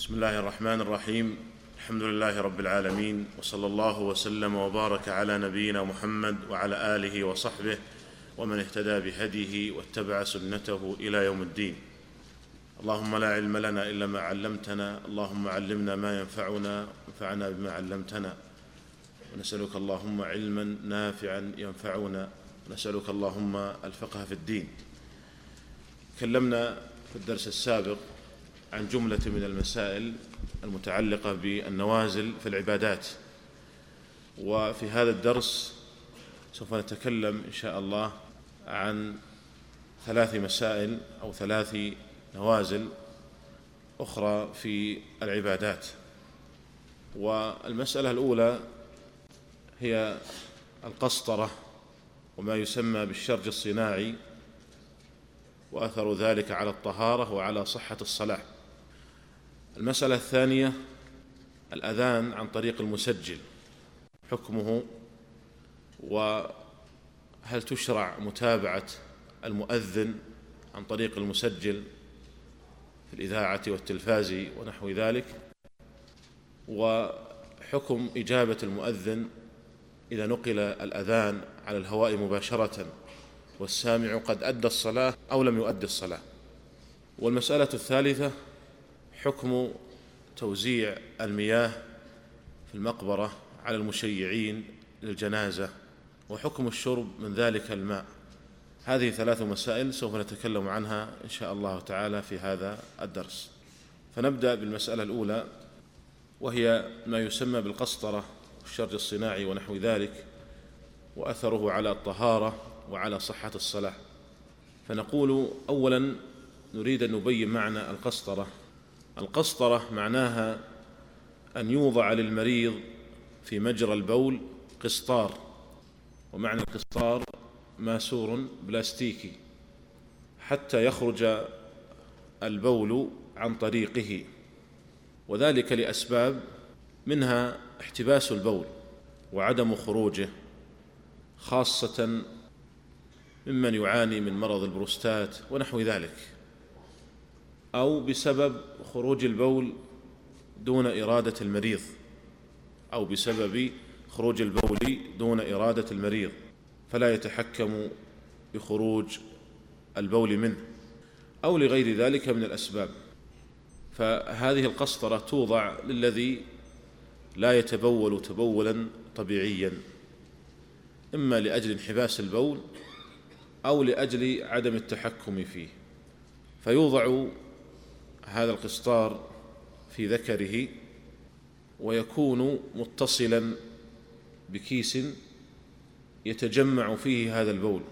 بسم الله الرحمن الرحيم. الحمد لله رب العالمين، وصلى الله وسلم وبارك على نبينا محمد وعلى آله وصحبه ومن اهتدى بهديه واتبع سنته إلى يوم الدين. اللهم لا علم لنا إلا ما علمتنا، اللهم علمنا ما ينفعنا وانفعنا بما علمتنا، ونسألك اللهم علما نافعا ينفعنا، ونسألك اللهم الفقه في الدين. تكلمنا في الدرس السابق عن جملة من المسائل المتعلقة بالنوازل في العبادات، وفي هذا الدرس سوف نتكلم إن شاء الله عن 3 مسائل أو 3 نوازل أخرى في العبادات. والمسألة الأولى هي القسطرة وما يسمى بالشرج الصناعي، وأثر ذلك على الطهارة وعلى صحة الصلاة. المسألة الثانية الأذان عن طريق المسجل، حكمه، وهل تشرع متابعة المؤذن عن طريق المسجل في الإذاعة والتلفاز ونحو ذلك، وحكم إجابة المؤذن إذا نقل الأذان على الهواء مباشرة والسامع قد أدى الصلاة أو لم يؤدي الصلاة. والمسألة الثالثة حكم توزيع المياه في المقبرة على المشيعين للجنازة، وحكم الشرب من ذلك الماء. هذه 3 مسائل سوف نتكلم عنها إن شاء الله تعالى في هذا الدرس. فنبدأ بالمسألة الأولى، وهي ما يسمى بالقسطرة والشرج الصناعي ونحو ذلك، وأثره على الطهارة وعلى صحة الصلاة. فنقول أولا نريد أن نبين معنى القسطرة. القسطرة معناها أن يوضع للمريض في مجرى البول قسطار، ومعنى القسطار ماسور بلاستيكي حتى يخرج البول عن طريقه، وذلك لأسباب، منها احتباس البول وعدم خروجه، خاصة ممن يعاني من مرض البروستات ونحو ذلك، أو بسبب خروج البول دون إرادة المريض، أو بسبب خروج البول دون إرادة المريض فلا يتحكم بخروج البول منه، أو لغير ذلك من الأسباب. فهذه القسطرة توضع للذي لا يتبول تبولا طبيعيا، إما لأجل انحباس البول أو لأجل عدم التحكم فيه، فيوضع هذا القسطار في ذكره، ويكون متصلا بكيس يتجمع فيه هذا البول،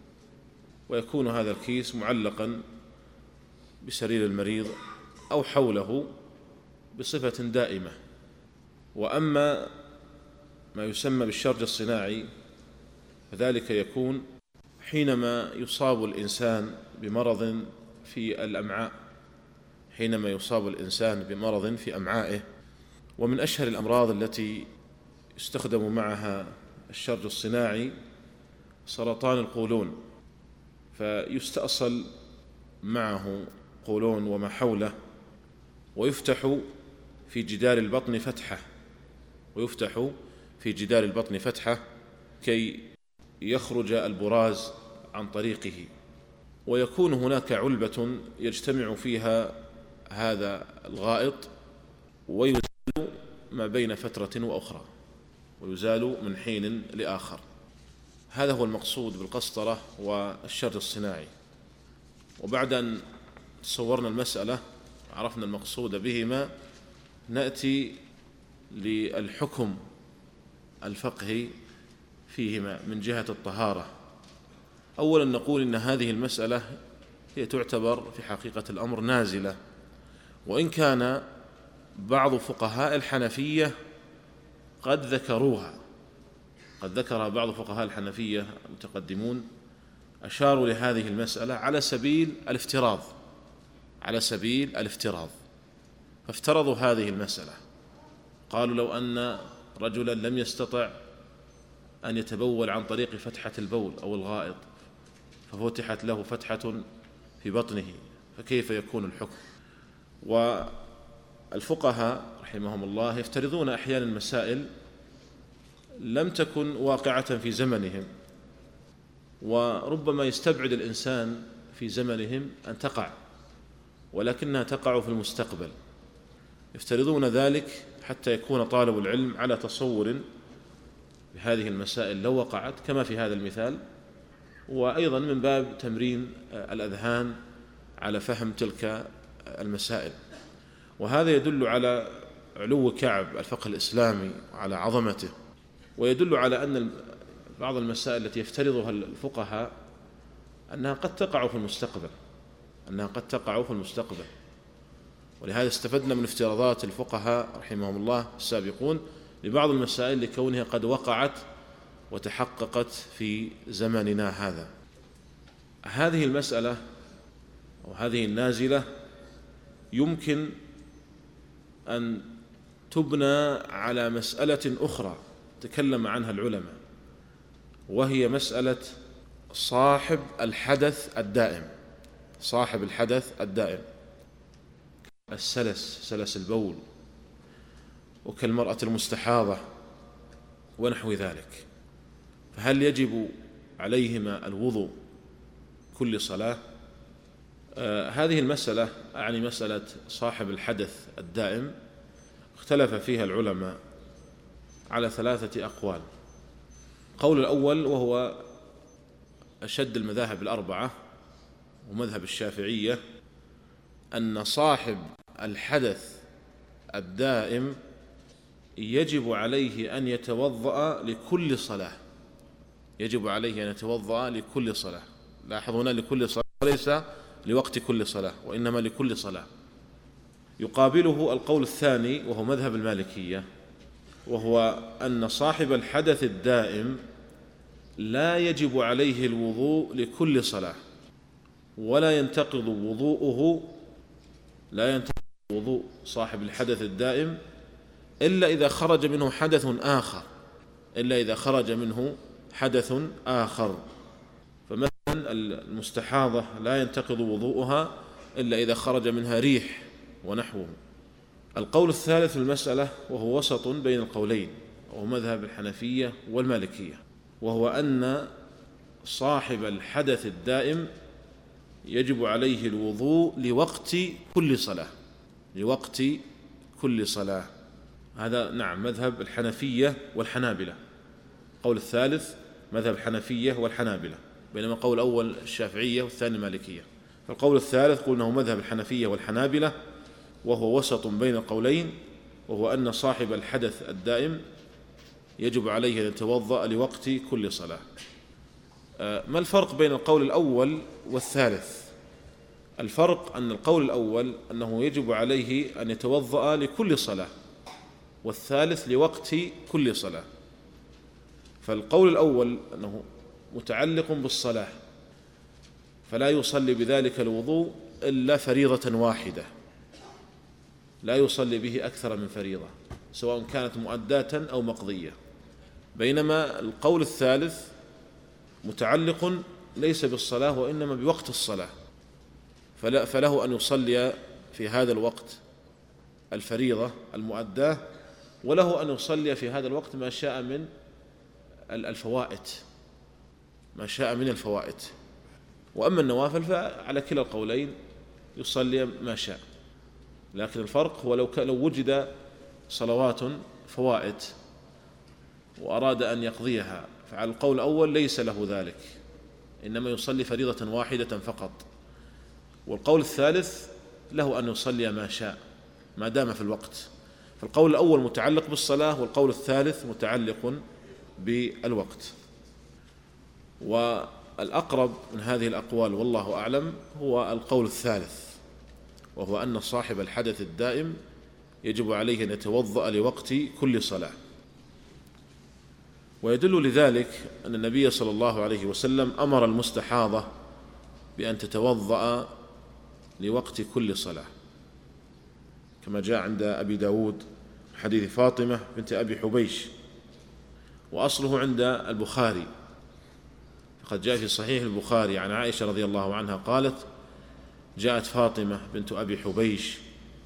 ويكون هذا الكيس معلقا بسرير المريض أو حوله بصفة دائمة. وأما ما يسمى بالشرج الصناعي فذلك يكون حينما يصاب الإنسان بمرض في الأمعاء، حينما يصاب الإنسان بمرض في أمعائه. ومن أشهر الأمراض التي يستخدم معها الشرج الصناعي سرطان القولون، فيستأصل معه قولون وما حوله، ويفتح في جدار البطن فتحة كي يخرج البراز عن طريقه، ويكون هناك علبة يجتمع فيها هذا الغائط ويزال ما بين فترة وأخرى، ويزال من حين لآخر. هذا هو المقصود بالقسطرة والشرج الصناعي. وبعد أن تصورنا المسألة عرفنا المقصود بهما، نأتي للحكم الفقهي فيهما من جهة الطهارة. أولا نقول إن هذه المسألة هي تعتبر في حقيقة الأمر نازلة، وإن كان بعض فقهاء الحنفية قد ذكرها بعض فقهاء الحنفية المتقدمون، أشاروا لهذه المسألة على سبيل الافتراض، فافترضوا هذه المسألة. قالوا لو أن رجلا لم يستطع أن يتبول عن طريق فتحة البول أو الغائط، ففتحت له فتحة في بطنه، فكيف يكون الحكم؟ والفقهاء رحمهم الله يفترضون أحيانا مسائل لم تكن واقعة في زمنهم، وربما يستبعد الإنسان في زمنهم أن تقع، ولكنها تقع في المستقبل. يفترضون ذلك حتى يكون طالب العلم على تصور بهذه المسائل لو وقعت كما في هذا المثال، وأيضا من باب تمرين الأذهان على فهم تلك المسائل. وهذا يدل على علو كعب الفقه الإسلامي وعلى عظمته، ويدل على أن بعض المسائل التي يفترضها الفقهاء أنها قد تقع في المستقبل، ولهذا استفدنا من افتراضات الفقهاء رحمهم الله السابقون لبعض المسائل لكونها قد وقعت وتحققت في زمننا هذا. هذه المسألة أو هذه النازلة يمكن أن تبنى على مسألة أخرى تكلم عنها العلماء، وهي مسألة صاحب الحدث الدائم، سلس البول، وكالمرأة المستحاضة ونحو ذلك. فهل يجب عليهما الوضوء كل صلاة؟ هذه المسألة، يعني مسألة صاحب الحدث الدائم، اختلف فيها العلماء على 3 أقوال. قول الأول وهو أشد المذاهب الأربعة ومذهب الشافعية، أن صاحب الحدث الدائم يجب عليه أن يتوضأ لكل صلاة. لاحظوا هنا لكل صلاة، ليس لوقت كل صلاة، وإنما لكل صلاة. يقابله القول الثاني وهو مذهب المالكية، وهو أن صاحب الحدث الدائم لا يجب عليه الوضوء لكل صلاة، ولا ينتقض وضوء صاحب الحدث الدائم إلا إذا خرج منه حدث آخر. فمثلا المستحاضة لا ينتقض وضوءها إلا إذا خرج منها ريح ونحوه. القول الثالث في المسألة وهو وسط بين القولين، وهو مذهب الحنفية والمالكية، وهو أن صاحب الحدث الدائم يجب عليه الوضوء لوقت كل صلاة. هذا نعم مذهب الحنفية والحنابلة. قول الثالث مذهب الحنفية والحنابلة، بينما قول الأول الشافعية والثاني المالكية. فالقول الثالث قلنا مذهب الحنفية والحنابلة، وهو وسط بين القولين، وهو أن صاحب الحدث الدائم يجب عليه أن يتوضأ لوقت كل صلاة. ما الفرق بين القول الأول والثالث؟ الفرق أن القول الأول أنه يجب عليه أن يتوضأ لكل صلاة، والثالث لوقت كل صلاة. فالقول الأول أنه متعلق بالصلاة، فلا يصلي بذلك الوضوء إلا فريضة واحدة، لا يصلي به أكثر من فريضة سواء كانت مؤداة أو مقضية. بينما القول الثالث متعلق ليس بالصلاة وإنما بوقت الصلاة، فله أن يصلي في هذا الوقت الفريضة المؤداة، وله أن يصلي في هذا الوقت ما شاء من الفوائت، وأما النوافل فعلى كلا القولين يصلي ما شاء. لكن الفرق هو لو وجد صلوات فوائت وأراد أن يقضيها، فعلى القول الأول ليس له ذلك، إنما يصلي فريضة واحدة فقط. والقول الثالث له أن يصلي ما شاء ما دام في الوقت. فالقول الأول متعلق بالصلاة، والقول الثالث متعلق بالوقت. والأقرب من هذه الأقوال والله أعلم هو القول الثالث، وهو أن صاحب الحدث الدائم يجب عليه أن يتوضأ لوقت كل صلاة. ويدل لذلك أن النبي صلى الله عليه وسلم أمر المستحاضة بأن تتوضأ لوقت كل صلاة، كما جاء عند أبي داود حديث فاطمة بنت أبي حبيش، وأصله عند البخاري. فقد جاء في صحيح البخاري عن عائشة رضي الله عنها قالت: جاءت فاطمة بنت أبي حبيش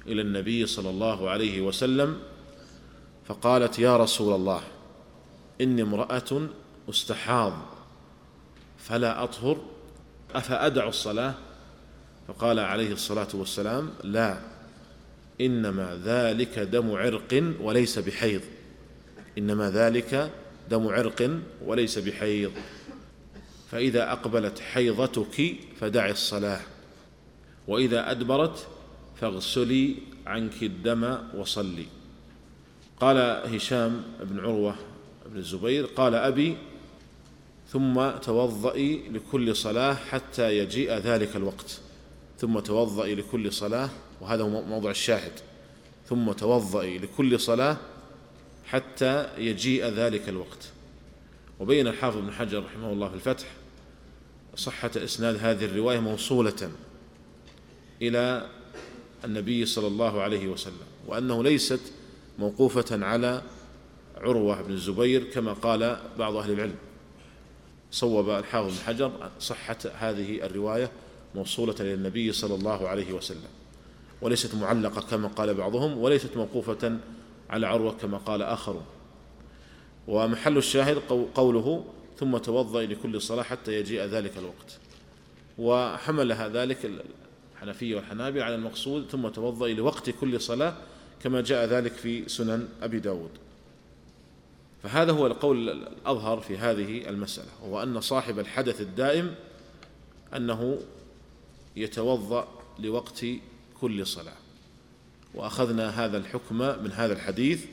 إلى النبي صلى الله عليه وسلم فقالت: يا رسول الله، إني امرأة أستحاض فلا أطهر، أفأدع الصلاة؟ فقال عليه الصلاة والسلام: لا، إنما ذلك دم عرق وليس بحيض، إنما ذلك دم عرق وليس بحيض، فإذا أقبلت حيضتك فدعي الصلاة، وإذا أدبرت فاغسلي عنك الدم وصلي. قال هشام بن عروة بن الزبير: قال أبي: ثم توضئي لكل صلاة حتى يجيء ذلك الوقت. ثم توضئي لكل صلاة، وهذا هو موضع الشاهد، ثم توضئي لكل صلاة حتى يجيء ذلك الوقت. وبين الحافظ ابن حجر رحمه الله في الفتح صحة إسناد هذه الرواية موصولة إلى النبي صلى الله عليه وسلم، وأنه ليست موقوفة على عروة بن الزبير كما قال بعض أهل العلم. صوب الحافظ بن حجر صحة هذه الرواية موصولة إلى النبي صلى الله عليه وسلم، وليست معلقة كما قال بعضهم، وليست موقوفة على عروة كما قال آخرون. ومحل الشاهد قوله: ثم توضئ لكل صلاة حتى يجيء ذلك الوقت. وحملها ذلك الحنفية والحنابلة على المقصود: ثم توضئ لوقت كل صلاة، كما جاء ذلك في سنن أبي داود. فهذا هو القول الأظهر في هذه المسألة، وهو أن صاحب الحدث الدائم أنه يتوضأ لوقت كل صلاة. وأخذنا هذا الحكم من هذا الحديث،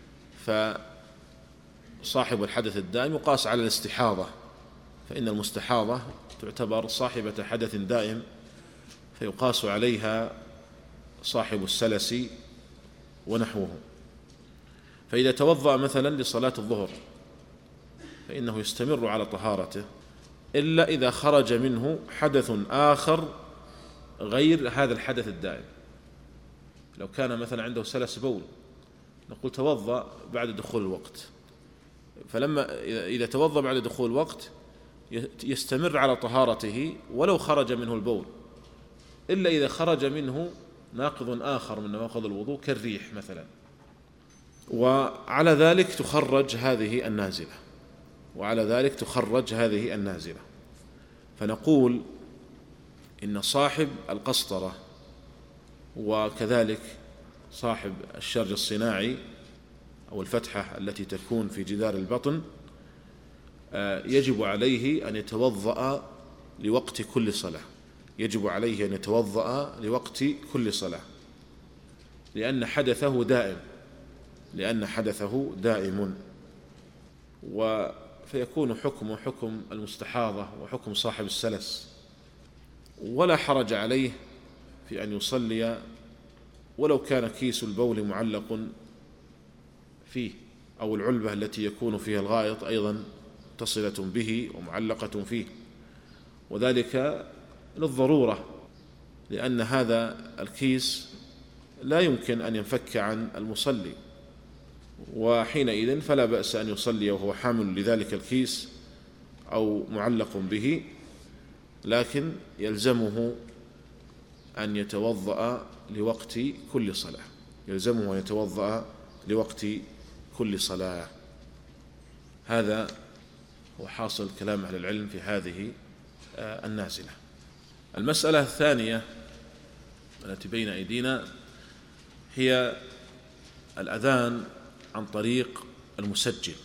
فصاحب الحدث الدائم يقاس على الاستحاضة، فإن المستحاضة تعتبر صاحبة حدث دائم، فيقاس عليها صاحب السلس ونحوه. فإذا توضأ مثلا لصلاة الظهر فإنه يستمر على طهارته، إلا إذا خرج منه حدث آخر غير هذا الحدث الدائم. لو كان مثلا عنده سلس بول نقول توضأ بعد دخول الوقت، فلما إذا توضأ بعد دخول الوقت يستمر على طهارته ولو خرج منه البول، إلا إذا خرج منه ناقض آخر من نواقض الوضوء كالريح مثلا. وعلى ذلك تخرج هذه النازلة، وعلى ذلك تخرج هذه النازلة. فنقول إن صاحب القسطرة وكذلك صاحب الشرج الصناعي أو الفتحة التي تكون في جدار البطن يجب عليه أن يتوضأ لوقت كل صلاة، يجب عليه أن يتوضأ لوقت كل صلاة، لأن حدثه دائم، لأن حدثه دائم. فيكون حكم حكم المستحاضة وحكم صاحب السلس، ولا حرج عليه في أن يصلي ولو كان كيس البول معلق فيه، أو العلبة التي يكون فيها الغائط أيضا متصلة به ومعلقة فيه، وذلك للضرورة، لأن هذا الكيس لا يمكن أن ينفك عن المصلي، وحينئذ فلا بأس أن يصلي وهو حامل لذلك الكيس أو معلق به، لكن يلزمه أن يتوضأ لوقت كل صلاة، يلزمه أن يتوضأ لوقت كل صلاة. هذا هو حاصل كلام أهل العلم في هذه النازلة. المسألة الثانية التي بين أيدينا هي الأذان عن طريق المسجل.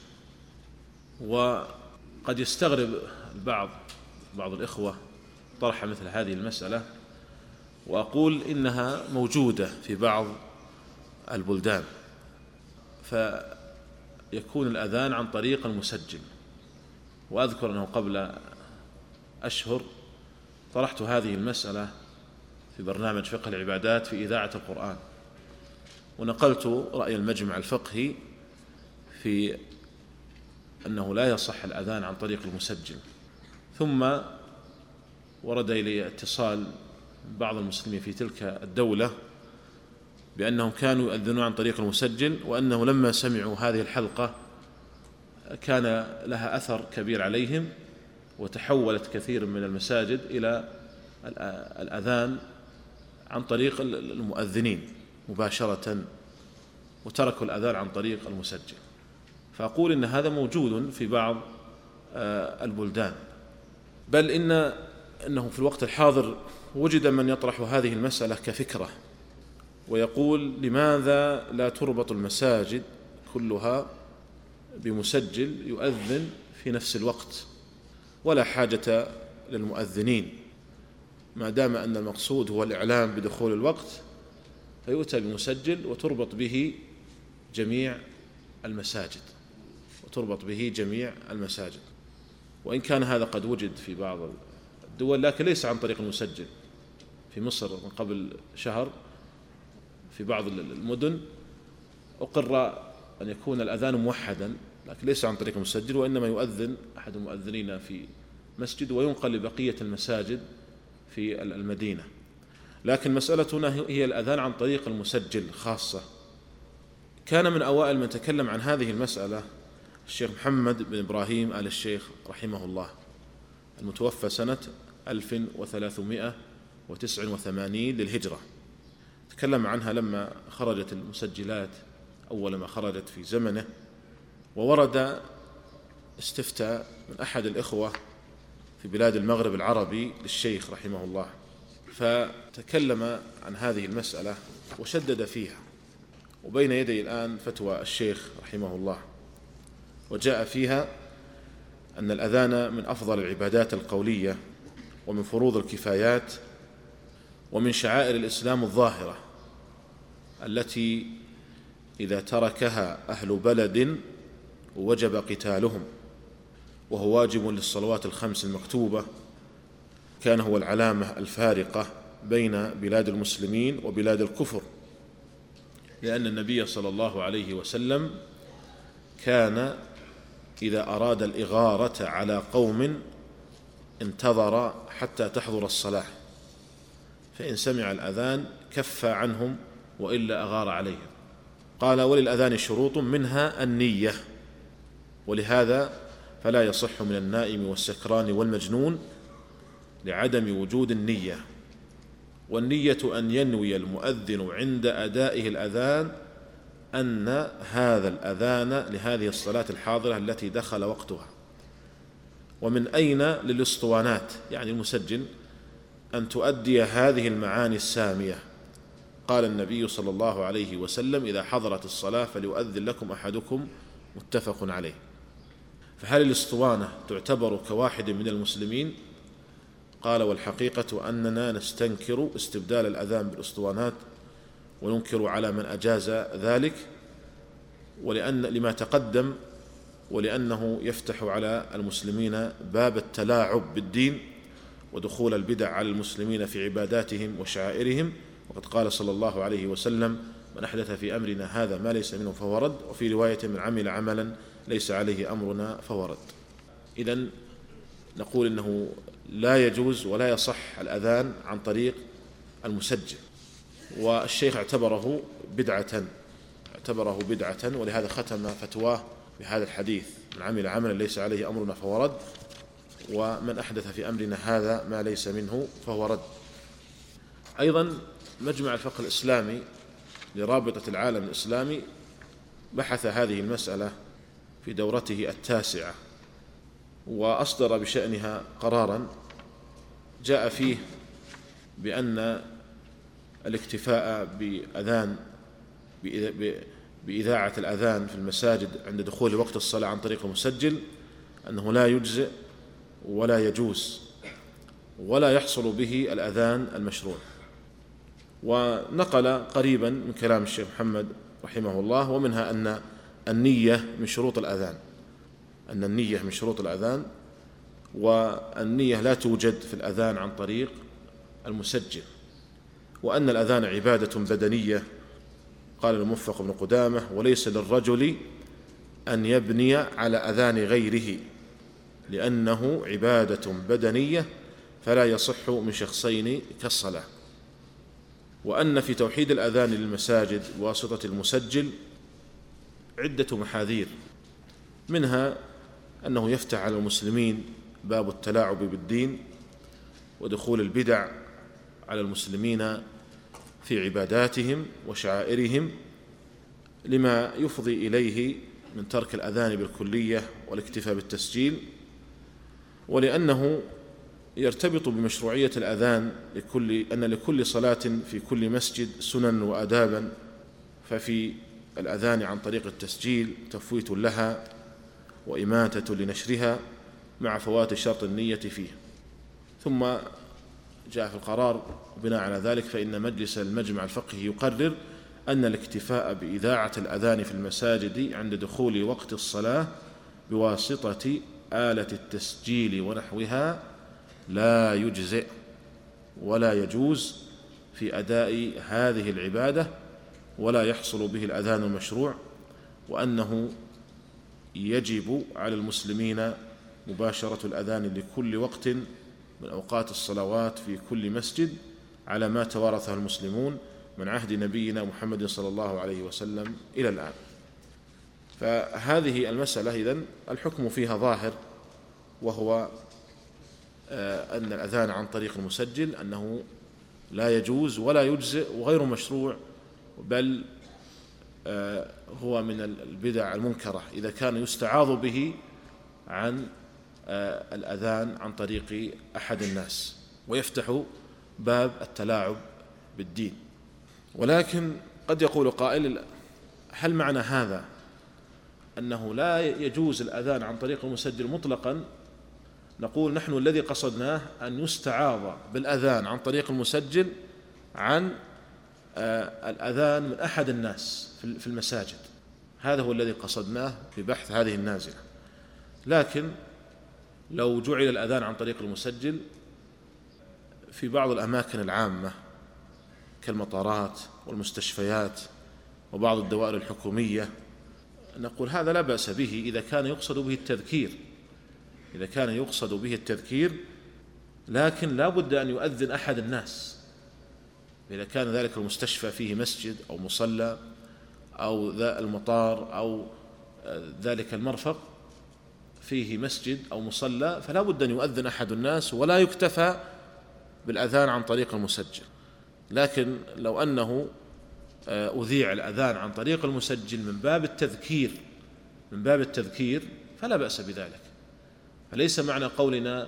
وقد يستغرب بعض الإخوة طرح مثل هذه المسألة، وأقول إنها موجودة في بعض البلدان، فيكون الأذان عن طريق المسجل. وأذكر أنه قبل أشهر طرحت هذه المسألة في برنامج فقه العبادات في إذاعة القرآن، ونقلت رأي المجمع الفقهي في أنه لا يصح الأذان عن طريق المسجل. ثم ورد إلي اتصال بعض المسلمين في تلك الدولة بأنهم كانوا يؤذنون عن طريق المسجل، وأنه لما سمعوا هذه الحلقة كان لها أثر كبير عليهم، وتحولت كثير من المساجد إلى الأذان عن طريق المؤذنين، مباشرة وتركوا الأذان عن طريق المسجل. فأقول إن هذا موجود في بعض البلدان، بل إنه في الوقت الحاضر وجد من يطرح هذه المسألة كفكرة ويقول: لماذا لا تربط المساجد كلها بمسجل يؤذن في نفس الوقت، ولا حاجة للمؤذنين، ما دام أن المقصود هو الإعلام بدخول الوقت، فيؤتى بمسجل وتربط به جميع المساجد. وإن كان هذا قد وجد في بعض الدول لكن ليس عن طريق المسجل. في مصر من قبل شهر في بعض المدن أقر أن يكون الأذان موحدا، لكن ليس عن طريق المسجل، وإنما يؤذن أحد المؤذنين في مسجد وينقل لبقية المساجد في المدينة. لكن مسألتنا هي الأذان عن طريق المسجل خاصة. كان من أوائل من تكلم عن هذه المسألة الشيخ محمد بن إبراهيم آل الشيخ رحمه الله، المتوفى سنة 1389 للهجرة. تكلم عنها لما خرجت المسجلات أول ما خرجت في زمنه، وورد استفتاء من أحد الإخوة في بلاد المغرب العربي للشيخ رحمه الله، فتكلم عن هذه المسألة وشدد فيها، وبين يدي الآن فتوى الشيخ رحمه الله، وجاء فيها أن الأذان من أفضل العبادات القولية ومن فروض الكفايات ومن شعائر الإسلام الظاهرة التي إذا تركها أهل بلد وجب قتالهم، وهو واجب للصلوات الخمس المكتوبة، كان هو العلامة الفارقة بين بلاد المسلمين وبلاد الكفر، لأن النبي صلى الله عليه وسلم كان إذا أراد الإغارة على قوم انتظر حتى تحضر الصلاة، فإن سمع الأذان كف عنهم وإلا أغار عليهم. قال: وللأذان شروط منها النية، ولهذا فلا يصح من النائم والسكران والمجنون لعدم وجود النية. والنية أن ينوي المؤذن عند أدائه الأذان أن هذا الأذان لهذه الصلاة الحاضرة التي دخل وقتها. ومن أين للإسطوانات يعني المسجل أن تؤدي هذه المعاني السامية. قال النبي صلى الله عليه وسلم: إذا حضرت الصلاة فليؤذن لكم أحدكم، متفق عليه. فهل الإسطوانة تعتبر كواحد من المسلمين؟ قال: والحقيقة أننا نستنكر استبدال الأذان بالإسطوانات، وننكر على من أجاز ذلك، لما تقدم، ولأنه يفتح على المسلمين باب التلاعب بالدين ودخول البدع على المسلمين في عباداتهم وشعائرهم. وقد قال صلى الله عليه وسلم: من أحدث في أمرنا هذا ما ليس منه فهو رد، وفي رواية: من عمل عملا ليس عليه أمرنا فهو رد. إذن نقول إنه لا يجوز ولا يصح الأذان عن طريق المسجل، والشيخ اعتبره بدعة، ولهذا ختم فتواه بهذا الحديث: من عمل عملا ليس عليه أمرنا فهو رد، ومن أحدث في أمرنا هذا ما ليس منه فهو رد. أيضا مجمع الفقه الإسلامي لرابطة العالم الإسلامي بحث هذه المسألة في دورته 9، وأصدر بشأنها قرارا جاء فيه بأن الاكتفاء بإذاعة الأذان في المساجد عند دخول وقت الصلاة عن طريق المسجل أنه لا يجزئ ولا يجوز ولا يحصل به الأذان المشروع. ونقل قريبا من كلام الشيخ محمد رحمه الله، ومنها أن النية من شروط الأذان، والنية لا توجد في الأذان عن طريق المسجل، وأن الأذان عبادة بدنية. قال الموفق بن قدامة: وليس للرجل أن يبني على أذان غيره، لأنه عبادة بدنية فلا يصح من شخصين كالصلاة. وأن في توحيد الأذان للمساجد بواسطة المسجل عدة محاذير، منها أنه يفتح على المسلمين باب التلاعب بالدين ودخول البدع على المسلمين في عباداتهم وشعائرهم لما يفضي إليه من ترك الأذان بالكلية والاكتفاء بالتسجيل، ولأنه يرتبط بمشروعية الأذان أن لكل صلاة في كل مسجد سنن وآدابا، ففي الأذان عن طريق التسجيل تفويت لها وإماتة لنشرها مع فوات شرط النية فيه. ثم جاء في القرار بناء على ذلك فإن مجلس المجمع الفقهي يقرر أن الاكتفاء بإذاعة الأذان في المساجد عند دخول وقت الصلاة بواسطة آلة التسجيل ونحوها لا يجزئ ولا يجوز في أداء هذه العبادة، ولا يحصل به الأذان المشروع، وأنه يجب على المسلمين مباشرة الأذان لكل وقت من أوقات الصلوات في كل مسجد على ما توارثه المسلمون من عهد نبينا محمد صلى الله عليه وسلم إلى الآن. فهذه المسألة إذن الحكم فيها ظاهر، وهو أن الأذان عن طريق المسجل أنه لا يجوز ولا يجزئ وغير مشروع، بل هو من البدع المنكرة إذا كان يستعاض به عن الأذان عن طريق أحد الناس، ويفتح باب التلاعب بالدين. ولكن قد يقول قائل: هل معنى هذا أنه لا يجوز الأذان عن طريق المسجل مطلقا؟ نقول: نحن الذي قصدناه أن يستعاض بالأذان عن طريق المسجل عن الأذان من أحد الناس في المساجد، هذا هو الذي قصدناه ببحث هذه النازلة. لكن لو جعل الأذان عن طريق المسجل في بعض الأماكن العامة كالمطارات والمستشفيات وبعض الدوائر الحكومية، نقول هذا لا بأس به إذا كان يقصد به التذكير، إذا كان يقصد به التذكير، لكن لا بد أن يؤذن أحد الناس. إذا كان ذلك المستشفى فيه مسجد أو مصلى أو ذا المطار أو ذلك المرفق فيه مسجد أو مصلى، فلا بد أن يؤذن أحد الناس ولا يكتفى بالأذان عن طريق المسجل. لكن لو أنه أذيع الأذان عن طريق المسجل من باب التذكير فلا بأس بذلك. فليس معنى قولنا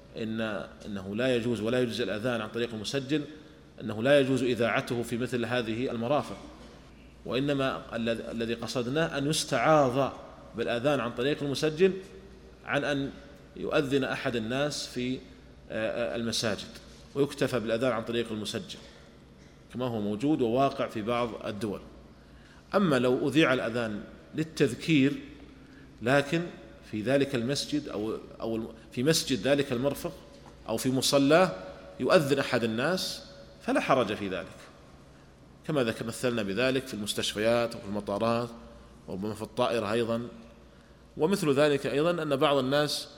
إنه لا يجوز ولا يجوز الأذان عن طريق المسجل أنه لا يجوز إذاعته في مثل هذه المرافق، وإنما الذي قصدناه أن يستعاض بالأذان عن طريق المسجل عن أن يؤذن أحد الناس في المساجد، ويكتفى بالأذان عن طريق المسجل كما هو موجود وواقع في بعض الدول. أما لو أذيع الأذان للتذكير لكن في ذلك المسجد أو في مسجد ذلك المرفق أو في مصلاه يؤذن أحد الناس فلا حرج في ذلك، كما مثلنا بذلك في المستشفيات وفي المطارات وفي الطائرة أيضا. ومثل ذلك أيضا أن بعض الناس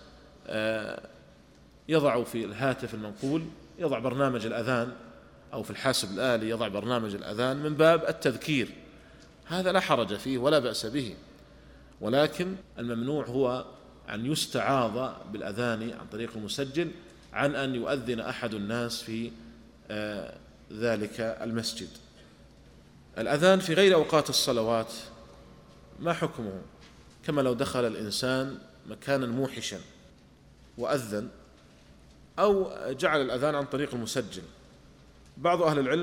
يضع في الهاتف المنقول يضع برنامج الأذان، أو في الحاسب الآلي يضع برنامج الأذان من باب التذكير، هذا لا حرج فيه ولا بأس به. ولكن الممنوع هو أن يستعاض بالأذان عن طريق المسجل عن أن يؤذن أحد الناس في ذلك المسجد. الأذان في غير أوقات الصلوات ما حكمه؟ كما لو دخل الإنسان مكانا موحشا وأذن أو جعل الأذان عن طريق المسجل. بعض أهل العلم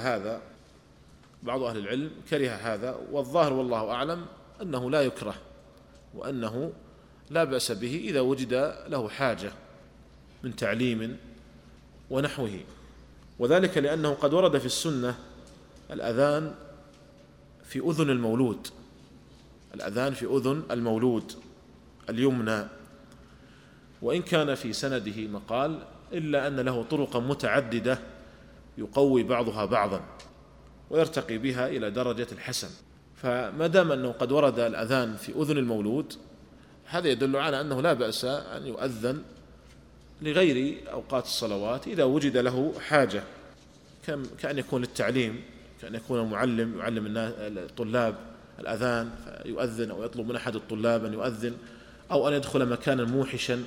كره هذا، والظاهر والله أعلم أنه لا يكره، وأنه لا بأس به إذا وجد له حاجة من تعليم ونحوه. وذلك لأنه قد ورد في السنة الأذان في أذن المولود، الأذان في أذن المولود اليمنى، وإن كان في سنده مقال إلا أن له طرقا متعددة يقوي بعضها بعضا ويرتقي بها إلى درجة الحسن. فما دام أنه قد ورد الأذان في أذن المولود، هذا يدل على أنه لا بأس أن يؤذن لغير أوقات الصلوات إذا وجد له حاجة، كأن يكون للتعليم، كأن يكون المعلم يعلم الطلاب الأذان فيؤذن، أو يطلب من أحد الطلاب أن يؤذن، أو أن يدخل مكانا موحشا.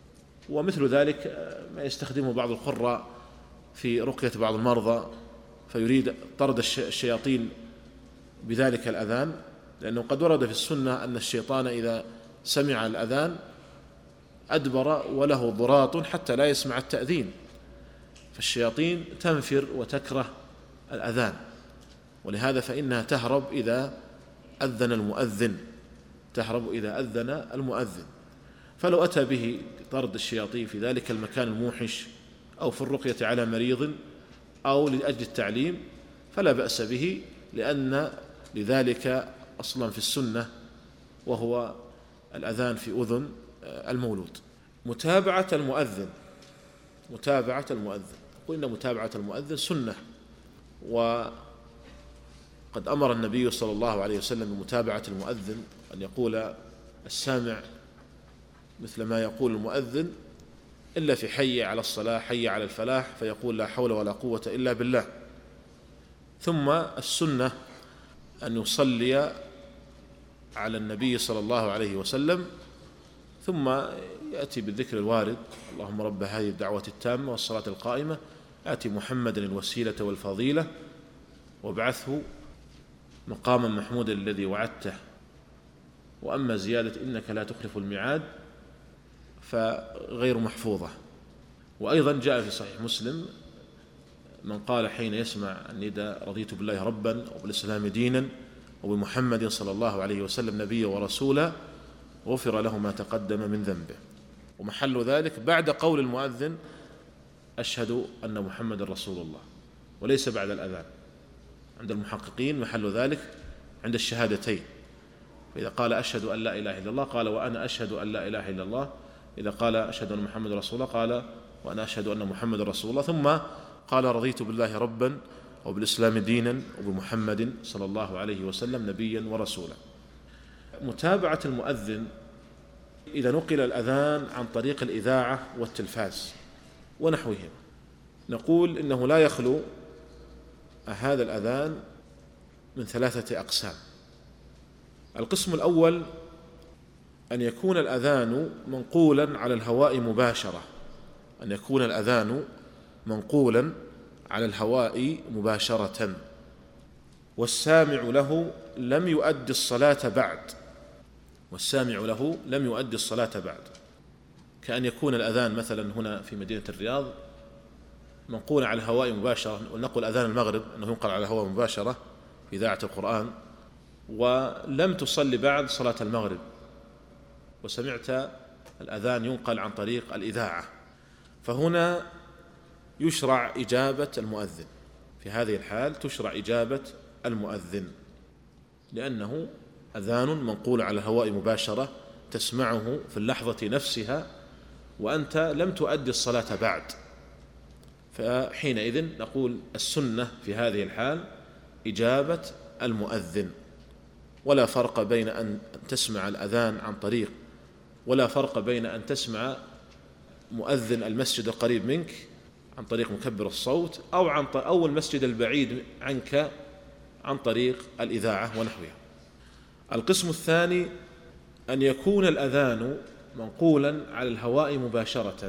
ومثل ذلك ما يستخدمه بعض القراء في رقية بعض المرضى، فيريد طرد الشياطين بذلك الأذان، لأنه قد ورد في السنة أن الشيطان إذا سمع الأذان أدبر وله ضراط حتى لا يسمع التأذين، فالشياطين تنفر وتكره الأذان، ولهذا فإنها تهرب إذا أذن المؤذن، تهرب إذا أذن المؤذن. فلو أتى به طرد الشياطين في ذلك المكان الموحش أو في الرقية على مريض أو لأجل التعليم فلا بأس به، لأن لذلك أصلا في السنة، وهو الأذان في أذن المولود. متابعة المؤذن، متابعة المؤذن، قلنا متابعة المؤذن سنة، وقد أمر النبي صلى الله عليه وسلم بمتابعة المؤذن، أن يقول السامع مثل ما يقول المؤذن إلا في حي على الصلاة حي على الفلاح، فيقول لا حول ولا قوة إلا بالله. ثم السنة أن يصلي على النبي صلى الله عليه وسلم، ثم يأتي بالذكر الوارد: اللهم رب هذه الدعوة التامة والصلاة القائمة آتي محمدا الوسيلة والفضيلة وابعثه مقاما محمودا الذي وعدته، وأما زيادة إنك لا تخلف الميعاد فغير محفوظة. وأيضا جاء في صحيح مسلم: من قال حين يسمع النداء رضيت بالله ربا وبالإسلام دينا وبمحمد صلى الله عليه وسلم نبيا ورسولا غفر له ما تقدم من ذنبه. ومحل ذلك بعد قول المؤذن أشهد أن محمد رسول الله، وليس بعد الأذان. عند المحققين محل ذلك عند الشهادتين، فإذا قال أشهد أن لا إله إلا الله قال وأنا أشهد أن لا إله إلا الله، إذا قال أشهد أن محمد رسول الله قال وأنا أشهد أن محمد رسول الله، ثم قال رضيت بالله ربا وبالإسلام دينا وبمحمد صلى الله عليه وسلم نبيا ورسولا. متابعة المؤذن إذا نقل الأذان عن طريق الإذاعة والتلفاز ونحوهم، نقول إنه لا يخلو هذا الأذان من 3 أقسام. القسم الأول أن يكون الأذان منقولا على الهواء مباشرة، أن يكون الأذان منقولا على الهواء مباشرة، والسامع له لم يؤدي الصلاة بعد، والسامع له لم يؤدي الصلاة بعد. كأن يكون الأذان مثلا هنا في مدينة الرياض منقول على الهواء مباشرة، ونقول أذان المغرب أنه ينقل على الهواء مباشرة في إذاعة القرآن، ولم تصلي بعد صلاة المغرب وسمعت الأذان ينقل عن طريق الإذاعة، فهنا يشرع إجابة المؤذن. في هذه الحال تشرع إجابة المؤذن، لأنه أذان منقول على الهواء مباشرة تسمعه في اللحظة نفسها وأنت لم تؤدي الصلاة بعد، فحينئذ نقول السنة في هذه الحال إجابة المؤذن. ولا فرق بين أن تسمع الأذان عن طريق، ولا فرق بين أن تسمع مؤذن المسجد القريب منك عن طريق مكبر الصوت أو المسجد البعيد عنك عن طريق الإذاعة ونحوها. القسم الثاني أن يكون الأذان منقولا على الهواء مباشرة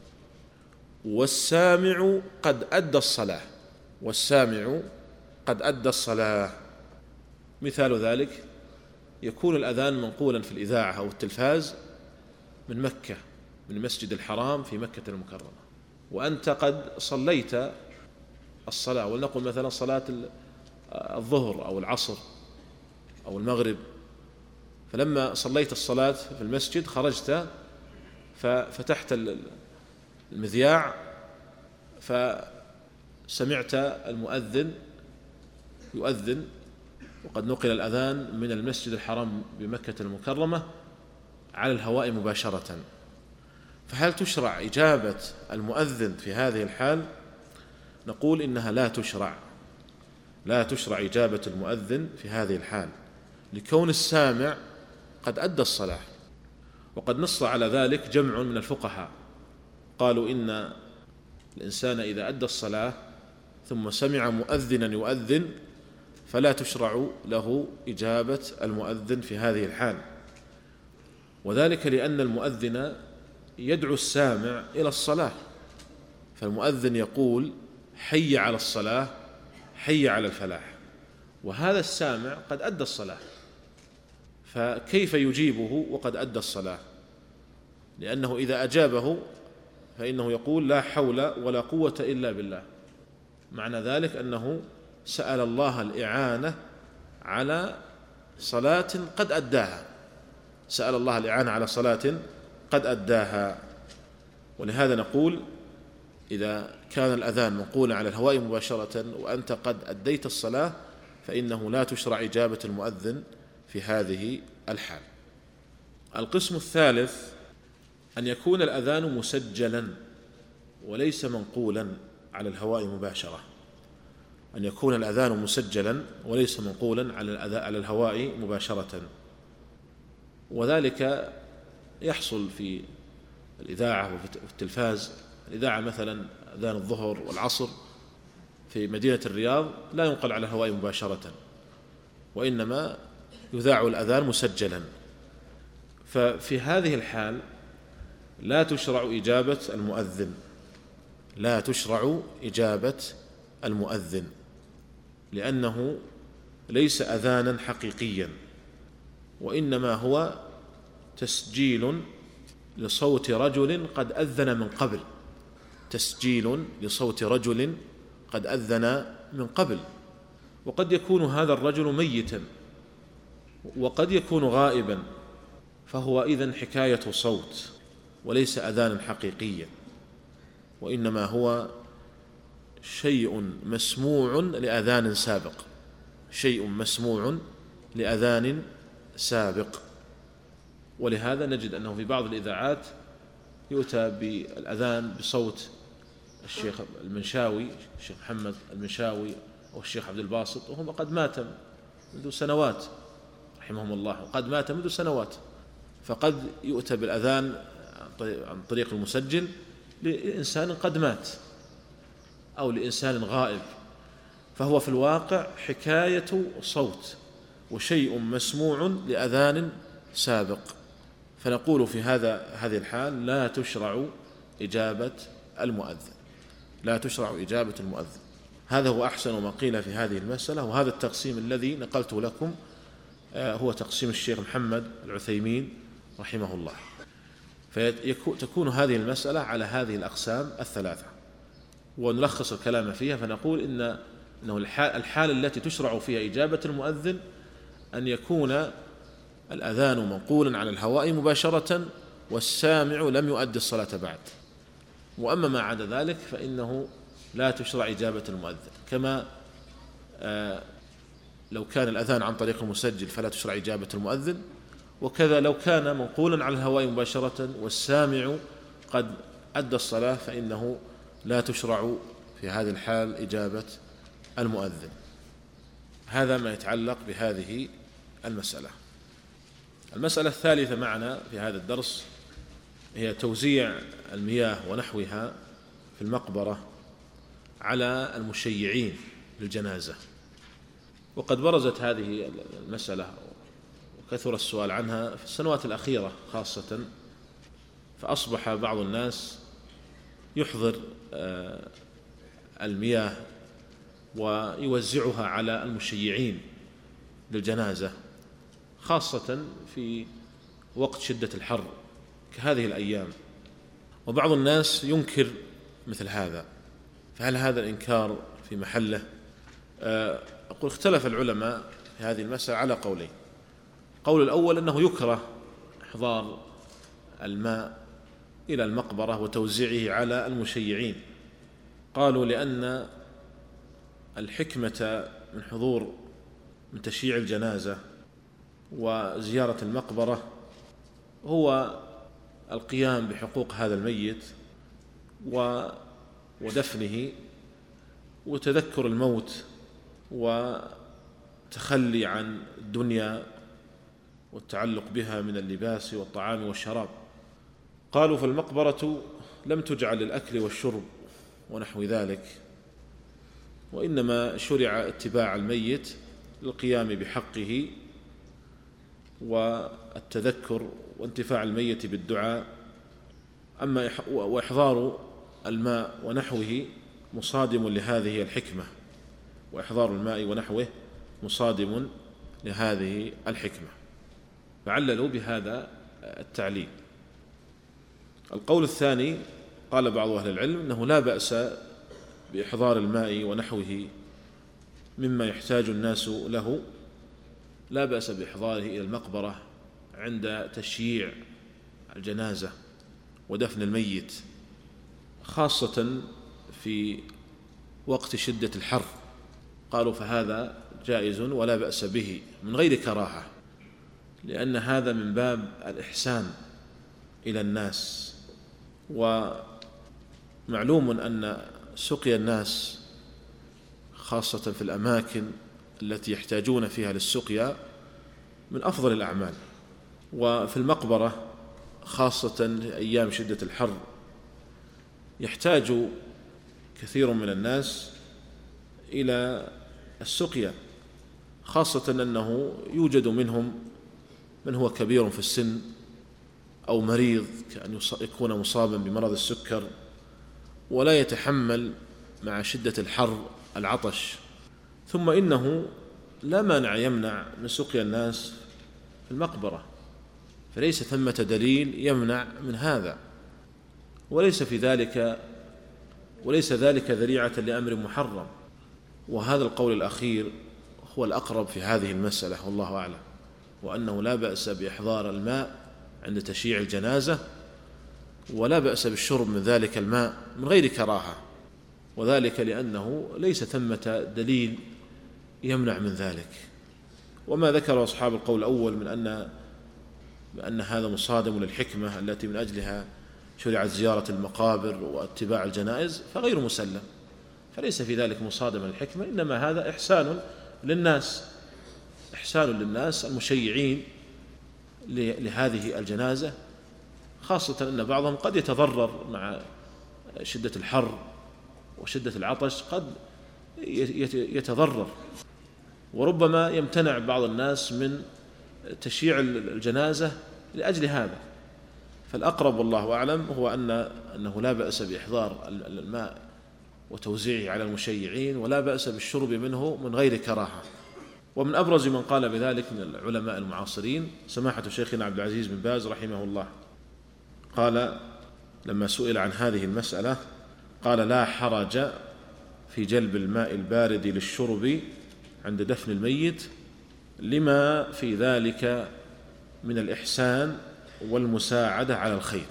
والسامع قد أدى الصلاة، والسامع قد أدى الصلاة. مثال ذلك يكون الأذان منقولا في الإذاعة أو التلفاز من مكة، من المسجد الحرام في مكة المكرمة، وأنت قد صليت الصلاة، ولنقل مثلا صلاة الظهر أو العصر أو المغرب، فلما صليت الصلاة في المسجد خرجت ففتحت المذياع فسمعت المؤذن يؤذن، وقد نقل الأذان من المسجد الحرام بمكة المكرمة على الهواء مباشرة، فهل تشرع إجابة المؤذن في هذه الحال؟ نقول إنها لا تشرع إجابة المؤذن في هذه الحال، لكون السامع قد أدى الصلاة. وقد نص على ذلك جمع من الفقهاء، قالوا إن الإنسان إذا أدى الصلاة ثم سمع مؤذنا يؤذن فلا تشرع له إجابة المؤذن في هذه الحال، وذلك لأن المؤذن يدعو السامع إلى الصلاة، فالمؤذن يقول حي على الصلاة حي على الفلاح، وهذا السامع قد أدى الصلاة، فكيف يجيبه وقد أدى الصلاة؟ لأنه إذا أجابه فإنه يقول لا حول ولا قوة إلا بالله، معنى ذلك أنه سأل الله الإعانة على صلاة قد أداها، سأل الله الإعانة على صلاة قد أداها. ولهذا نقول إذا كان الأذان منقولا على الهواء مباشرة وأنت قد أديت الصلاة فإنه لا تشرع إجابة المؤذن في هذه الحال. القسم الثالث أن يكون الأذان مسجلا وليس منقولا على الهواء مباشرة، أن يكون الأذان مسجلا وليس منقولا على الهواء مباشرة، وذلك يحصل في الإذاعة وفي التلفاز. الإذاعة مثلا أذان الظهر والعصر في مدينة الرياض لا ينقل على الهواء مباشرة، وإنما يذاع الأذان مسجلا، ففي هذه الحال لا تشرع إجابة المؤذن، لا تشرع إجابة المؤذن، لأنه ليس أذانا حقيقيا، وإنما هو تسجيل لصوت رجل قد أذن من قبل، تسجيل لصوت رجل قد أذن من قبل. وقد يكون هذا الرجل ميتا وقد يكون غائبا، فهو إذن حكاية صوت وليس أذانا حقيقيا، وإنما هو شيء مسموع لأذان سابق، شيء مسموع لأذان سابق. ولهذا نجد أنه في بعض الإذاعات يؤتى بالأذان بصوت الشيخ المنشاوي، الشيخ محمد المنشاوي أو الشيخ عبد الباسط، وهم قد مات منذ سنوات رحمهم الله، وقد مات منذ سنوات، فقد يؤتى بالأذان عن طريق المسجل لإنسان قد مات أو لإنسان غائب، فهو في الواقع حكاية صوت وشيء مسموع لأذان سابق. فنقول في هذه الحال لا تشرع إجابة المؤذن، لا تشرع إجابة المؤذن. هذا هو أحسن ما قيل في هذه المسألة، وهذا التقسيم الذي نقلت لكم هو تقسيم الشيخ محمد العثيمين رحمه الله. فتكون هذه المسألة على هذه الأقسام الثلاثة، ونلخص الكلام فيها فنقول إنه الحال التي تشرع فيها إجابة المؤذن أن يكون الأذان منقولا على الهواء مباشرة والسامع لم يؤدي الصلاة بعد، وأما ما عدا ذلك فإنه لا تشرع إجابة المؤذن، كما لو كان الأذان عن طريق المسجل فلا تشرع إجابة المؤذن، وكذا لو كان منقولا على الهواء مباشرة والسامع قد أدى الصلاة فإنه لا تشرع في هذه الحال إجابة المؤذن. هذا ما يتعلق بهذه المسألة. المسألة الثالثة معنا في هذا الدرس هي توزيع المياه ونحوها في المقبرة على المشيعين للجنازة. وقد برزت هذه المسألة وكثر السؤال عنها في السنوات الأخيرة خاصة، فأصبح بعض الناس يحضر المياه ويوزعها على المشيعين للجنازة، خاصة في وقت شدة الحر كهذه الأيام، وبعض الناس ينكر مثل هذا، فهل هذا الإنكار في محله؟ أقول اختلف العلماء في هذه المسألة على قولين. قول الأول أنه يكره إحضار الماء إلى المقبرة وتوزيعه على المشيعين، قالوا لأن الحكمة من تشييع الجنازة وزيارة المقبرة هو القيام بحقوق هذا الميت ودفنه وتذكر الموت وتخلي عن الدنيا والتعلق بها من اللباس والطعام والشراب. قالوا فالمقبرة لم تجعل للأكل والشرب ونحو ذلك، وإنما شرع اتباع الميت للقيام بحقه والتذكر وانتفاع الميت بالدعاء. أما وإحضار الماء ونحوه مصادم لهذه الحكمة، وإحضار الماء ونحوه مصادم لهذه الحكمة، فعللوا بهذا التعليل. القول الثاني قال بعض أهل العلم أنه لا بأس بإحضار الماء ونحوه مما يحتاج الناس له، لا بأس بإحضاره إلى المقبرة عند تشييع الجنازة ودفن الميت، خاصة في وقت شدة الحر، قالوا فهذا جائز ولا بأس به من غير كراهة، لأن هذا من باب الإحسان إلى الناس. ومعلوم أن سقي الناس خاصة في الأماكن التي يحتاجون فيها للسقيا من أفضل الأعمال، وفي المقبرة خاصة أيام شدة الحر يحتاج كثير من الناس إلى السقيا، خاصة أنه يوجد منهم من هو كبير في السن أو مريض كأن يكون مصابا بمرض السكر ولا يتحمل مع شدة الحر العطش، ثم إنه لا مانع يمنع من سقيا الناس في المقبرة، فليس ثمة دليل يمنع من هذا، وليس ذلك ذريعة لأمر محرم. وهذا القول الأخير هو الأقرب في هذه المسألة والله أعلم، وأنه لا بأس بإحضار الماء عند تشييع الجنازة، ولا بأس بالشرب من ذلك الماء من غير كراهة، وذلك لأنه ليس ثمة دليل يمنع من ذلك. وما ذكر أصحاب القول الأول من أن هذا مصادم للحكمة التي من أجلها شرعت زيارة المقابر واتباع الجنائز فغير مسلم، فليس في ذلك مصادم للحكمة، إنما هذا إحسان للناس المشيعين لهذه الجنازة، خاصة أن بعضهم قد يتضرر مع شدة الحر وشدة العطش، قد يتضرر، وربما يمتنع بعض الناس من تشييع الجنازة لأجل هذا. فالأقرب والله أعلم هو أنه لا بأس بإحضار الماء وتوزيعه على المشيعين، ولا بأس بالشرب منه من غير كراهة. ومن أبرز من قال بذلك من العلماء المعاصرين سماحة شيخنا عبد العزيز بن باز رحمه الله، قال لما سئل عن هذه المسألة قال: لا حرج في جلب الماء البارد للشرب عند دفن الميت لما في ذلك من الإحسان والمساعدة على الخير،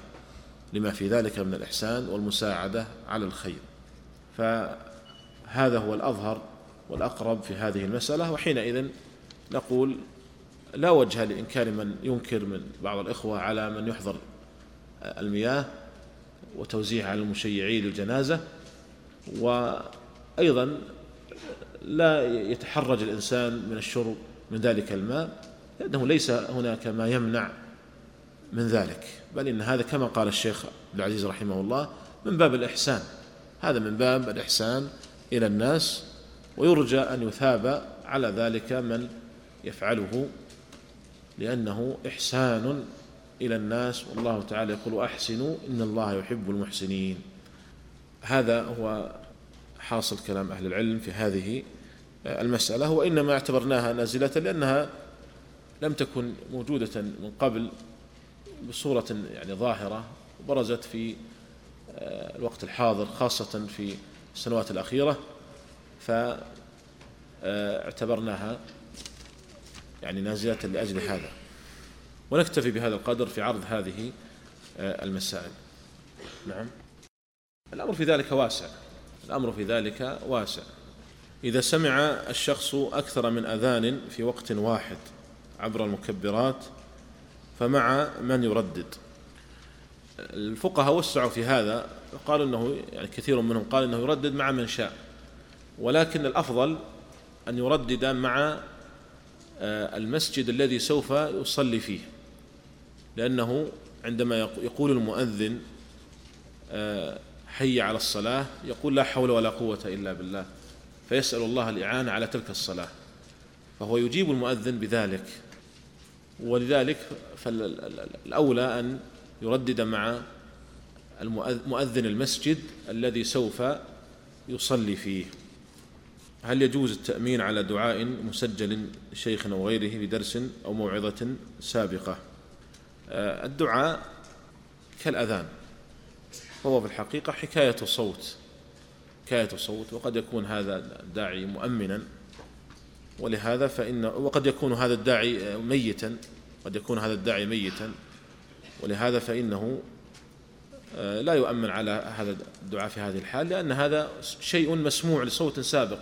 فهذا هو الأظهر والأقرب في هذه المسألة. وحينئذ نقول لا وجه لإنكار من ينكر من بعض الإخوة على من يحضر المياه وتوزيعها على المشيعين للجنازة، وأيضا لا يتحرج الإنسان من الشرب من ذلك الماء، لأنه ليس هناك ما يمنع من ذلك، بل إن هذا كما قال الشيخ عبد العزيز رحمه الله من باب الإحسان، هذا من باب الإحسان إلى الناس، ويرجى أن يثاب على ذلك من يفعله، لأنه إحسان إلى الناس، والله تعالى يقول: أحسنوا إن الله يحب المحسنين. هذا هو حاصل كلام أهل العلم في هذه المسألة، وإنما اعتبرناها نازلة لأنها لم تكن موجودة من قبل بصورة ظاهرة، وبرزت في الوقت الحاضر خاصة في السنوات الأخيرة، فاعتبرناها نازلة لأجل هذا. ونكتفي بهذا القدر في عرض هذه المسائل. نعم، الأمر في ذلك واسع. إذا سمع الشخص أكثر من أذان في وقت واحد عبر المكبرات فمع من يردد، الفقهاء وسعوا في هذا، قالوا أنه كثير منهم قال أنه يردد مع من شاء، ولكن الأفضل أن يردد مع المسجد الذي سوف يصلي فيه، لأنه عندما يقول المؤذن حي على الصلاة يقول: لا حول ولا قوة إلا بالله، فيسأل الله الإعانة على تلك الصلاة، فهو يجيب المؤذن بذلك. ولذلك فالأولى أن يردد مع مؤذن المسجد الذي سوف يصلي فيه. هل يجوز التأمين على دعاء مسجل لشيخ أو غيره بدرس أو موعظة سابقة؟ الدعاء كالأذان، هو في الحقيقة حكاية صوت، وقد يكون هذا الداعي مؤمنا، ولهذا وقد يكون هذا الداعي ميتا، ولهذا فإنه لا يؤمن على هذا الدعاء في هذه الحال، لأن هذا شيء مسموع لصوت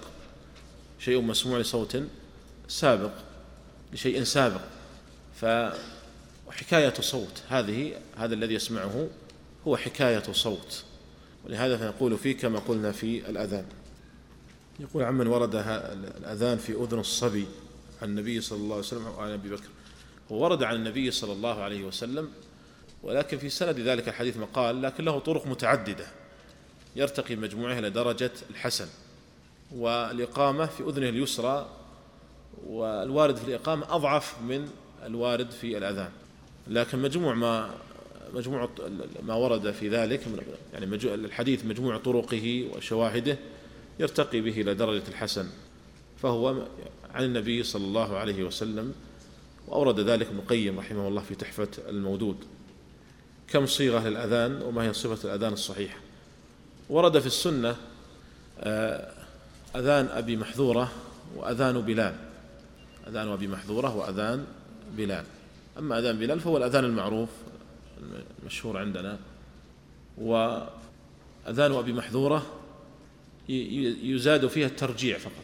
سابق، لشيء سابق، فحكاية صوت هذا الذي يسمعه هو حكاية صوت، ولهذا فنقول فيه كما قلنا في الأذان. يقول عمن ورد الأذان في أذن الصبي عن النبي صلى الله عليه وسلم وعن أبي بكر. هو ورد عن النبي صلى الله عليه وسلم، ولكن في سند ذلك الحديث مقال، لكن له طرق متعددة يرتقي مجموعها إلى درجة الحسن. والإقامة في أذنه اليسرى، والوارد في الإقامة أضعف من الوارد في الأذان، لكن مجموع ما ورد في ذلك، يعني الحديث مجموع طرقه وشواهده يرتقي به إلى درجة الحسن، فهو عن النبي صلى الله عليه وسلم. وأورد ذلك ابن القيم رحمه الله في تحفة المودود. كم صيغة للأذان وما هي صفة الأذان الصحيح؟ ورد في السنة أذان أبي محذورة وأذان بلال، أذان أبي محذورة وأذان بلال. أما أذان بلال فهو الأذان المعروف المشهور عندنا. وأذان أبي محذورة يزاد فيها الترجيع فقط،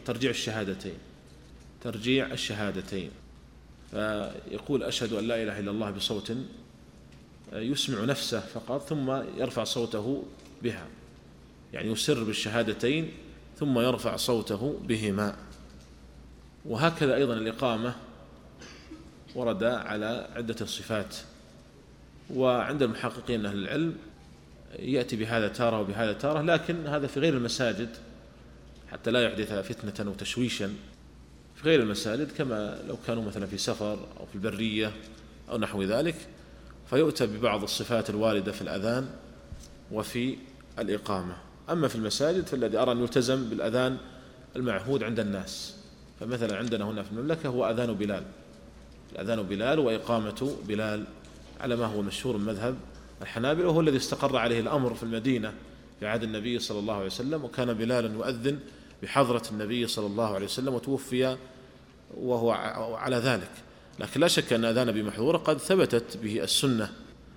ترجيع الشهادتين، فيقول أشهد أن لا إله إلا الله بصوت يسمع نفسه فقط، ثم يرفع صوته بها، يعني يسر بالشهادتين ثم يرفع صوته بهما. وهكذا أيضا الإقامة ورد على عدة صفات، وعند المحققين أهل العلم يأتي بهذا تارة وبهذا تارة، لكن هذا في غير المساجد حتى لا يحدث فتنة وتشويشا في غير المساجد، كما لو كانوا مثلا في سفر أو في البرية أو نحو ذلك، فيؤتى ببعض الصفات الواردة في الأذان وفي الإقامة. أما في المساجد فالذي أرى أن يلتزم بالأذان المعهود عند الناس، فمثلا عندنا هنا في المملكة هو الأذان بلال وإقامة بلال على ما هو مشهور من مذهب الحنابلة، وهو الذي استقر عليه الأمر في المدينة في عهد النبي صلى الله عليه وسلم، وكان بلال يؤذن بحضرة النبي صلى الله عليه وسلم وتوفي وهو على ذلك. لكن لا شك أن أذان أبي محذورة قد ثبتت به السنة،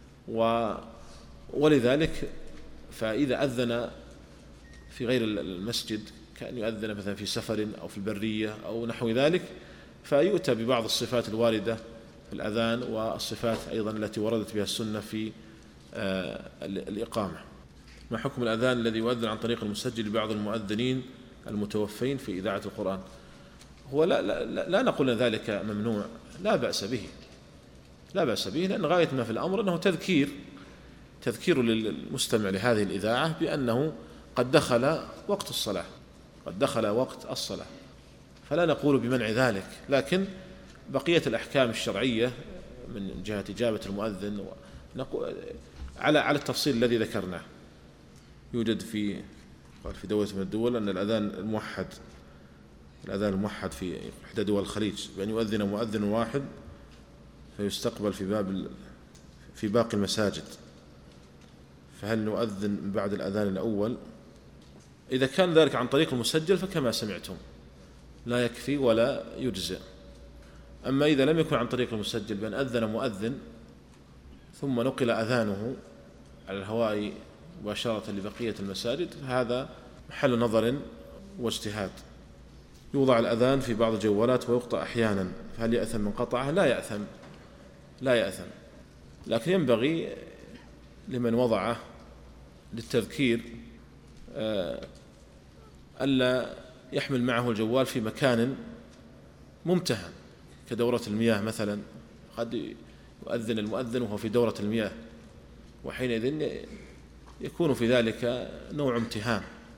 ولذلك فإذا أذن في غير المسجد كأن يؤذن مثلا في سفر أو في البرية أو نحو ذلك، فيؤتى ببعض الصفات الواردة في الأذان والصفات أيضا التي وردت بها السنة في الإقامة. ما حكم الأذان الذي يؤذن عن طريق المسجل لبعض المؤذنين المتوفين في إذاعة القرآن؟ هو لا نقول أن ذلك ممنوع، لا بأس به، لأن غاية ما في الأمر أنه تذكير للمستمع لهذه الإذاعة بأنه قد دخل وقت الصلاة، فلا نقول بمنع ذلك، لكن بقية الأحكام الشرعية من جهة إجابة المؤذن على التفصيل الذي ذكرناه. يوجد في دولة من الدول أن الأذان الموحد في إحدى دول الخليج بأن يؤذن مؤذن واحد فيستقبل في باقي المساجد، فهل نؤذن بعد الأذان الأول؟ إذا كان ذلك عن طريق المسجل فكما سمعتم لا يكفي ولا يجزئ. أما إذا لم يكن عن طريق المسجل بأن أذن مؤذن ثم نقل أذانه على الهواء مباشرة لبقية المساجد، هذا محل نظر واجتهاد. يوضع الأذان في بعض الجوالات ويقطع أحيانا، فهل يأثم من قطعه؟ لا يأثم، لكن ينبغي لمن وضعه للتذكير ألا يحمل معه الجوال في مكان ممتهن كدورة المياه مثلا، قد يؤذن المؤذن وهو في دورة المياه، وحينئذ يكون في ذلك نوع امتهان،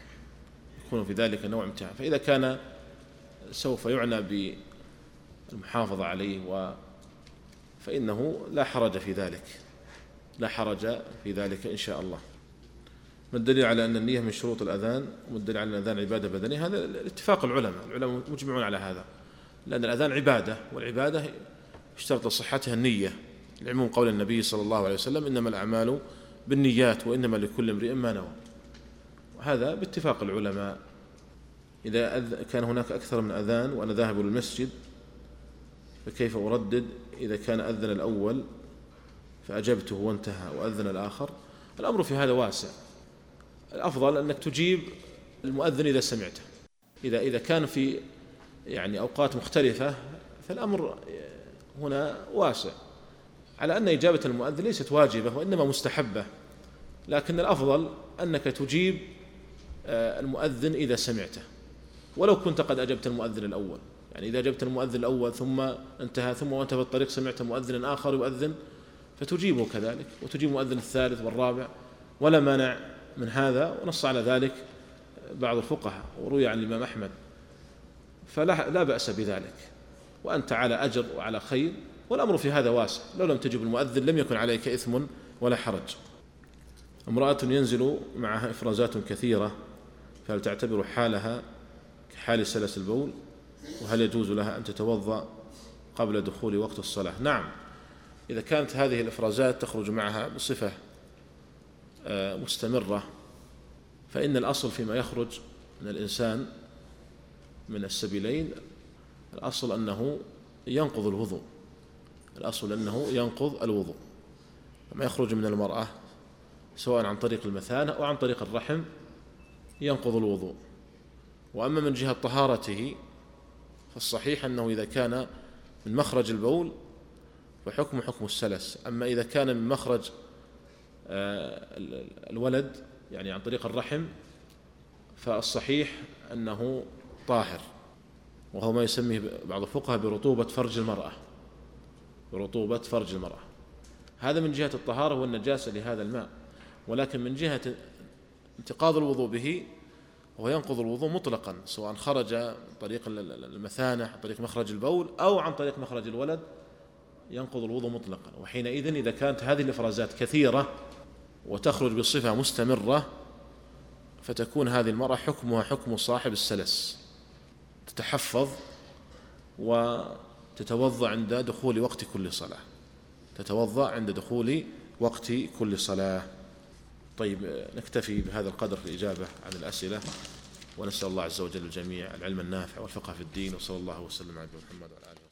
فإذا كان سوف يعنى بالمحافظة عليه فإنه لا حرج في ذلك إن شاء الله. ما الدليل على أن النية من شروط الأذان والدليل على أن الأذان عبادة بدنية؟ هذا اتفاق العلماء مجمعون على هذا، لأن الأذان عبادة، والعبادة اشترط صحتها النية، لعموم قول النبي صلى الله عليه وسلم: إنما الأعمال بالنيات وإنما لكل امرئ ما نوى. وهذا باتفاق العلماء. إذا كان هناك أكثر من أذان وأنا ذاهب للمسجد فكيف أردد إذا كان أذن الأول فأجبته وانتهى وأذن الآخر؟ الأمر في هذا واسع. الأفضل أنك تجيب المؤذن إذا سمعته. إذا كان في أوقات مختلفة فالأمر هنا واسع، على أن إجابة المؤذن ليست واجبة وإنما مستحبة، لكن الأفضل أنك تجيب المؤذن إذا سمعته، ولو كنت قد أجبت المؤذن الأول. إذا أجبت المؤذن الأول ثم انتهى ثم وأنت في الطريق سمعت مؤذن آخر يؤذن فتجيبه كذلك، وتجيب المؤذن الثالث والرابع، ولا مانع من هذا. ونص على ذلك بعض الفقهاء وروي عن الإمام أحمد، فلا بأس بذلك، وأنت على أجر وعلى خير، والأمر في هذا واسع. لو لم تجب المؤذن لم يكن عليك إثم ولا حرج. امرأة ينزل معها إفرازات كثيرة، فهل تعتبر حالها كحال سلس البول؟ وهل يجوز لها أن تتوضأ قبل دخول وقت الصلاة؟ نعم، إذا كانت هذه الإفرازات تخرج معها بصفة مستمرة، فإن الأصل فيما يخرج من الإنسان من السبيلين الأصل أنه ينقض الوضوء. الأصل أنه ينقض الوضوء. ما يخرج من المرأة سواء عن طريق المثانة أو عن طريق الرحم ينقض الوضوء. وأما من جهة طهارته فالصحيح أنه إذا كان من مخرج البول فحكم حكم السلس. أما إذا كان من مخرج الولد عن طريق الرحم فالصحيح أنه طاهر، وهو ما يسميه بعض الفقهاء برطوبة فرج المرأة. برطوبة فرج المرأة، هذا من جهة الطهارة والنجاسة لهذا الماء. ولكن من جهة انتقاض الوضوء به وهو ينقض الوضوء مطلقا، سواء خرج عن طريق المثانة عن طريق مخرج البول أو عن طريق مخرج الولد ينقض الوضوء مطلقا. وحينئذ إذا كانت هذه الإفرازات كثيرة وتخرج بصفة مستمرة فتكون هذه المرأة حكمها حكم صاحب السلس، تتحفظ وتتوضأ عند دخول وقت كل صلاة. تتوضأ عند دخول وقت كل صلاة. طيب، نكتفي بهذا القدر في الإجابة عن الأسئلة، ونسأل الله عز وجل الجميع العلم النافع والفقه في الدين، وصلى الله وسلم على محمد وعلى آله.